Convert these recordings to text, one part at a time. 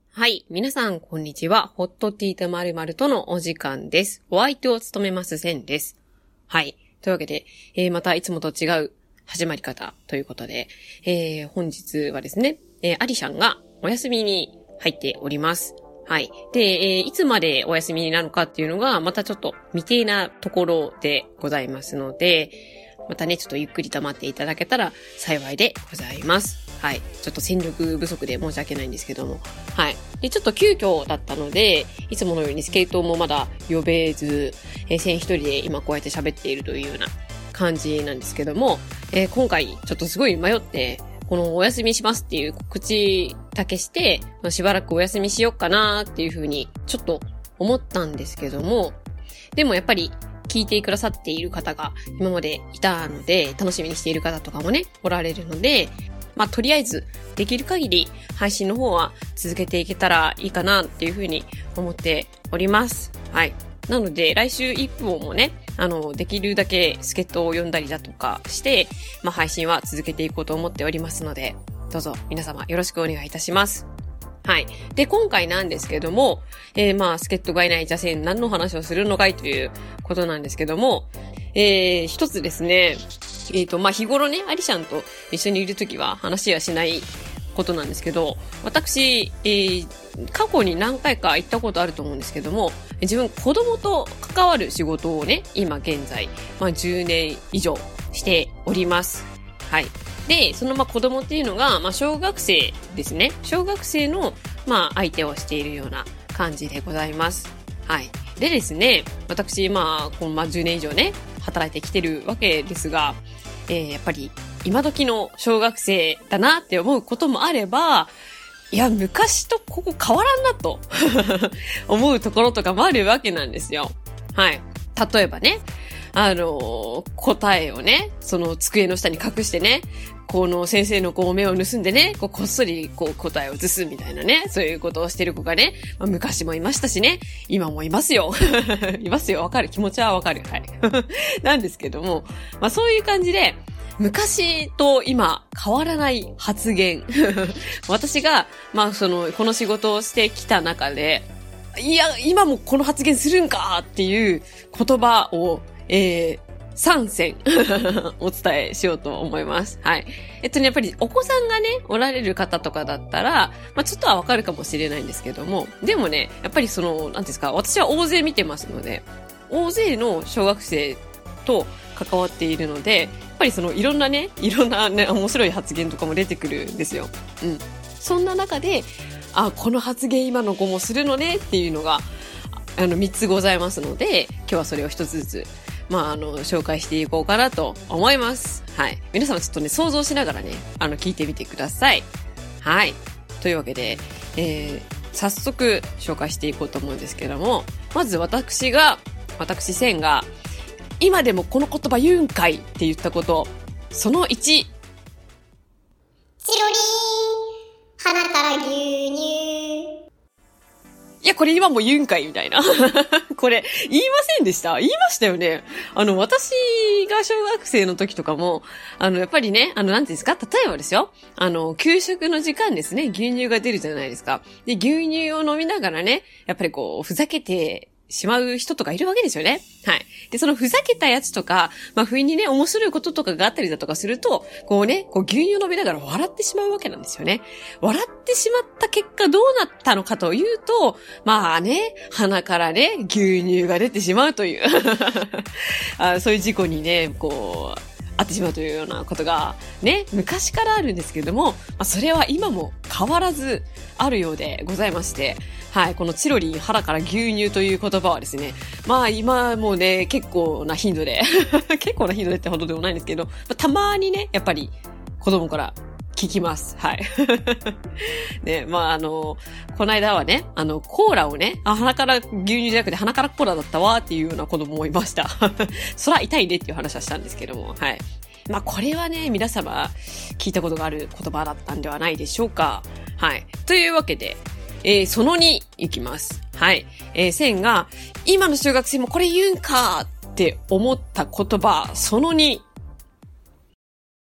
はい。皆さん、こんにちは。ホットティーとまるまるとのお時間です。お相手を務めます、センです。はい。というわけで、またいつもと違う始まり方ということで、本日はですね、アリシャンがお休みに入っております。はい。で、いつまでお休みなのかっていうのが、またちょっと未定なところでございますので、またね、ちょっとゆっくりと待っていただけたら幸いでございます。はい。ちょっと戦力不足で申し訳ないんですけども。はい。で、ちょっと急遽だったので、いつものようにスケートもまだ呼べず、一人で今こうやって喋っているというような感じなんですけども、今回ちょっとすごい迷って、このお休みしますっていう告知だけして、しばらくお休みしようかなっていうふうにちょっと思ったんですけども、でもやっぱり聞いてくださっている方が今までいたので、楽しみにしている方とかもね、おられるので、とりあえず、できる限り配信の方は続けていけたらいいかなっていうふうに思っております。はい。なので、来週以降もね、できるだけ助っ人を呼んだりだとかして、配信は続けていこうと思っておりますので、どうぞ皆様よろしくお願いいたします。はい。で、今回なんですけども、助っ人がいない邪戦何の話をするのかいということなんですけども、一つですね、日頃ね、アリシャンと一緒にいるときは話はしないことなんですけど、私、過去に何回か行ったことあると思うんですけども、自分子供と関わる仕事をね、今現在、10年以上しております。はい。で、その子供っていうのが、小学生ですね。小学生の、相手をしているような感じでございます。はい。でですね、私、この10年以上ね、働いてきてるわけですが、やっぱり今時の小学生だなって思うこともあれば、いや、昔とここ変わらんなと思うところとかもあるわけなんですよ。はい。例えばね、答えをね、その机の下に隠してね、この先生の目を盗んでね、こっそり答えを移すみたいなね、そういうことをしてる子がね、昔もいましたしね、今もいますよ。いますよ、わかる。気持ちはわかる。はい。なんですけども、そういう感じで、昔と今変わらない発言。私が、この仕事をしてきた中で、いや、今もこの発言するんかっていう言葉を、3選お伝えしようと思います。はい。やっぱりお子さんがね、おられる方とかだったら、ちょっとはわかるかもしれないんですけども、でもね、やっぱりなんですか、私は大勢見てますので、大勢の小学生と関わっているので、やっぱりいろんなね、面白い発言とかも出てくるんですよ。うん。そんな中で、この発言今の子もするのねっていうのが、3つございますので、今日はそれを1つずつ、紹介していこうかなと思います。はい。皆様ちょっとね、想像しながらね、聞いてみてください。はい。というわけで、早速紹介していこうと思うんですけども、まず私、センが、今でもこの言葉言うんかいって言ったこと、その1。チロリーン、鼻から牛乳。 いや、これ今も言うんかいみたいな。これ、言いませんでした？言いましたよね。私が小学生の時とかも、やっぱりね、なんていうんですか？例えばですよ。給食の時間ですね、牛乳が出るじゃないですか。で、牛乳を飲みながらね、やっぱりふざけてしまう人とかいるわけですよね。はい。で、そのふざけたやつとか、不意にね、面白いこととかがあったりだとかすると、牛乳飲みながら笑ってしまうわけなんですよね。笑ってしまった結果どうなったのかというと、鼻からね、牛乳が出てしまうというそういう事故にね、あってしまうというようなことがね、昔からあるんですけれども、それは今も変わらずあるようでございまして、はい、このチロリン腹から牛乳という言葉はですね、今もうね、結構な頻度で結構な頻度でってほどでもないんですけど、たまにね、やっぱり子供から聞きます。はい。ね、この間はね、コーラをね、鼻から牛乳じゃなくて鼻からコーラだったわっていうような子供もいました。そら痛いねっていう話はしたんですけども、はい。これはね、皆様聞いたことがある言葉だったんではないでしょうか。はい。というわけで、その2いきます。はい。センが、今の中学生もこれ言うんかって思った言葉、その2。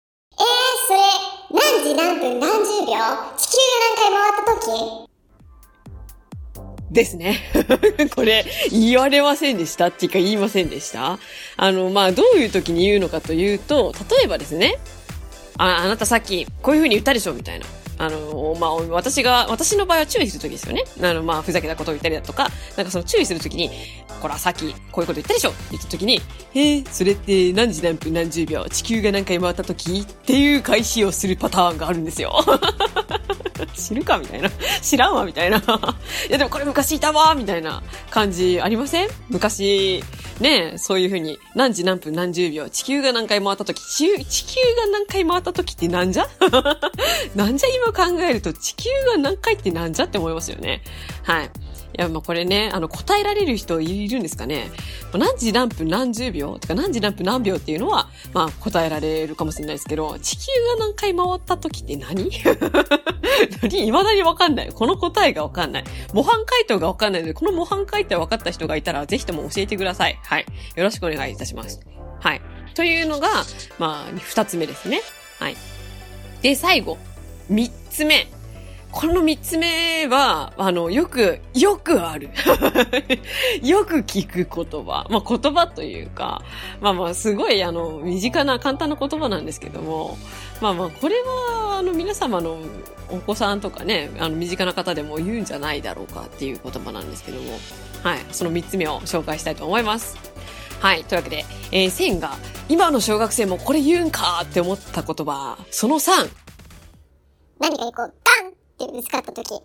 それ、何時何分何十秒地球が何回回った時？ ですね。これ、言われませんでしたっていうか言いませんでした？まあ、どういう時に言うのかというと、例えばですね、あなたさっきこういう風に言ったでしょみたいな。まあ、私の場合は注意するときですよね。まあ、ふざけたことを言ったりだとか、なんかその注意するときに、こら、さっきこういうこと言ったでしょって言ったときに、それって何時何分何十秒、地球が何回回ったときっていう返しをするパターンがあるんですよ。知るかみたいな。知らんわみたいな。いやでもこれ昔いたわみたいな感じありません？昔、ね、そういう風に何時何分何十秒、地球が何回回ったとき、地球が何回回ったときってなんじゃなんじゃ今考えると地球が何回ってなんじゃって思いますよね。はい。いや、まあこれね、答えられる人いるんですかね。何時何分何十秒とか何時何分何秒っていうのは、まあ答えられるかもしれないですけど、地球が何回回った時って何未だにわかんない。この答えがわかんない。模範解答がわかんないので、この模範解答わかった人がいたら、ぜひとも教えてください。はい。よろしくお願いいたします。はい。というのが、まあ、二つ目ですね。はい。で、最後。三つ目。この三つ目は、よくある。よく聞く言葉。まあ、言葉というか、まあ、すごい、身近な簡単な言葉なんですけども、まあ、これは、皆様のお子さんとかね、身近な方でも言うんじゃないだろうかっていう言葉なんですけども、はい。その三つ目を紹介したいと思います。はい。というわけで、センが、今の小学生もこれ言うんかって思った言葉、その3。 何かにこう、ガンってぶつかったとき、もうダメ、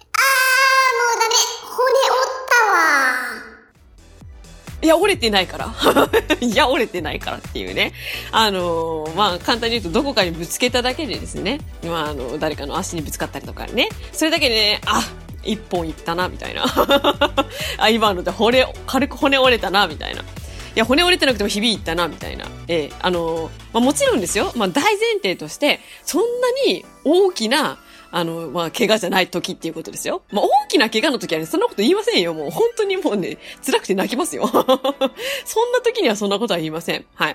骨折ったわ。 いや、折れてないから。いや、折れてないからっていうね。まあ、簡単に言うと、どこかにぶつけただけでですね。まあ、誰かの足にぶつかったりとかね。それだけでね、一本いったな、みたいな。今ので軽く骨折れたな、みたいな。いや、骨折れてなくても響いたな、みたいな。まあ、もちろんですよ。まあ、大前提として、そんなに大きな、まあ、怪我じゃない時っていうことですよ。まあ、大きな怪我の時はね、そんなこと言いませんよ。もう、本当にもうね、辛くて泣きますよ。そんな時にはそんなことは言いません。はい。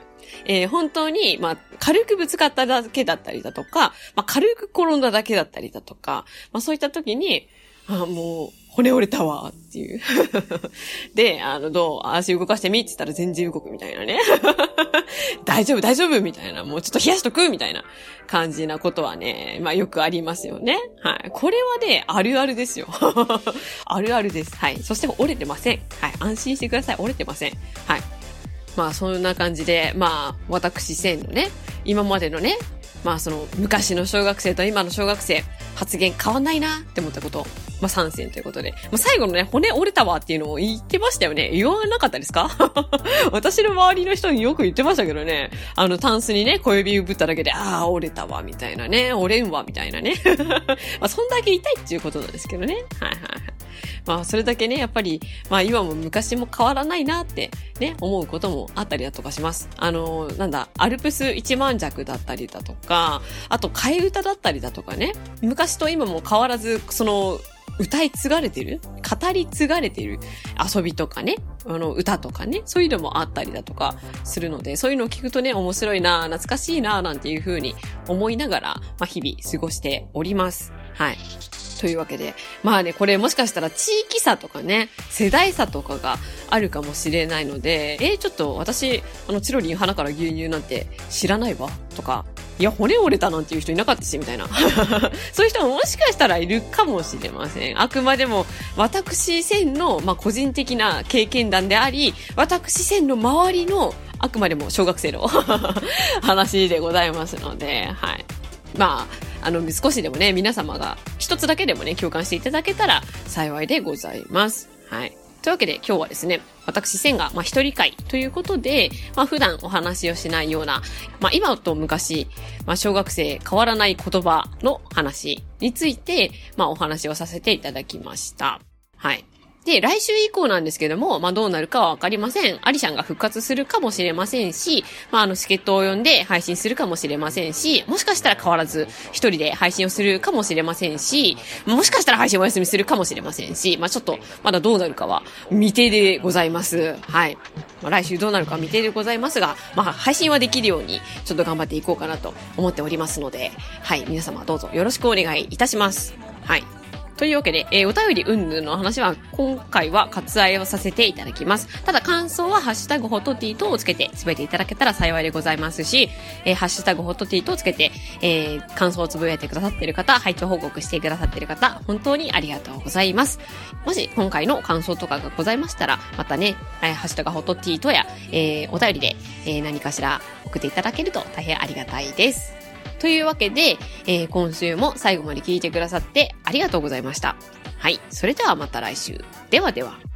本当に、まあ、軽くぶつかっただけだったりだとか、まあ、軽く転んだだけだったりだとか、まあ、そういった時に、もう、骨折れたわっていう。で、足動かしてみって言ったら全然動くみたいなね。大丈夫みたいな。もうちょっと冷やしとくみたいな感じなことはね、まあよくありますよね。はい。これはね、あるあるですよ。あるあるです。はい。そして折れてません。はい。安心してください。折れてません。はい。まあそんな感じで、まあ私センのね、今までのね、まあその昔の小学生と今の小学生、発言変わんないなって思ったこと、まあ3選ということで。まあ最後のね、骨折れたわっていうのを言ってましたよね。言わなかったですか？私の周りの人によく言ってましたけどね。タンスにね、小指をぶっただけで、折れたわみたいなね。折れんわみたいなね。まあそんだけ痛いっていうことなんですけどね。はいはいはい。まあそれだけね、やっぱり、まあ今も昔も変わらないなってね、思うこともあったりだとかします。アルプス一万尺だったりだとか、あと替え歌だったりだとかね、昔と今も変わらず、歌い継がれてる、語り継がれている遊びとかね、歌とかね、そういうのもあったりだとかするので、そういうのを聞くとね、面白いな、懐かしいな、なんていう風に思いながら、まあ日々過ごしております。はい。というわけで、まあね、これもしかしたら地域差とかね、世代差とかがあるかもしれないので、ちょっと私、チロリン花から牛乳なんて知らないわ、とか、いや、骨折れたなんていう人いなかったし、みたいな。そういう人ももしかしたらいるかもしれません。あくまでも、私センの、まあ、個人的な経験談であり、私センの周りの、あくまでも小学生の話でございますので、はい。まあ、少しでもね、皆様が一つだけでもね、共感していただけたら幸いでございます。はい。というわけで今日はですね、私センが一人会ということで、普段お話をしないような、今と昔、小学生変わらない言葉の話について、お話をさせていただきました。はい。で、来週以降なんですけども、どうなるかはわかりません。アリシャンが復活するかもしれませんし、助っ人を呼んで配信するかもしれませんし、もしかしたら変わらず一人で配信をするかもしれませんし、もしかしたら配信をお休みするかもしれませんし、ちょっとまだどうなるかは未定でございます。はい。来週どうなるか未定でございますが、配信はできるようにちょっと頑張っていこうかなと思っておりますので、はい。皆様どうぞよろしくお願いいたします。はい。 というわけで、お便り云々の話は今回は割愛をさせていただきます。ただ感想はハッシュタグホットティーとをつけてつぶやいていただけたら幸いでございますし、ハッシュタグホットティーとをつけて、感想をつぶやいてくださっている方、拝聴報告してくださっている方、本当にありがとうございます。もし今回の感想とかがございましたら、またね、ハッシュタグホットティーとや、お便りで、何かしら送っていただけると大変ありがたいです。というわけで、今週も最後まで聞いてくださってありがとうございました。はい。それではまた来週。ではでは。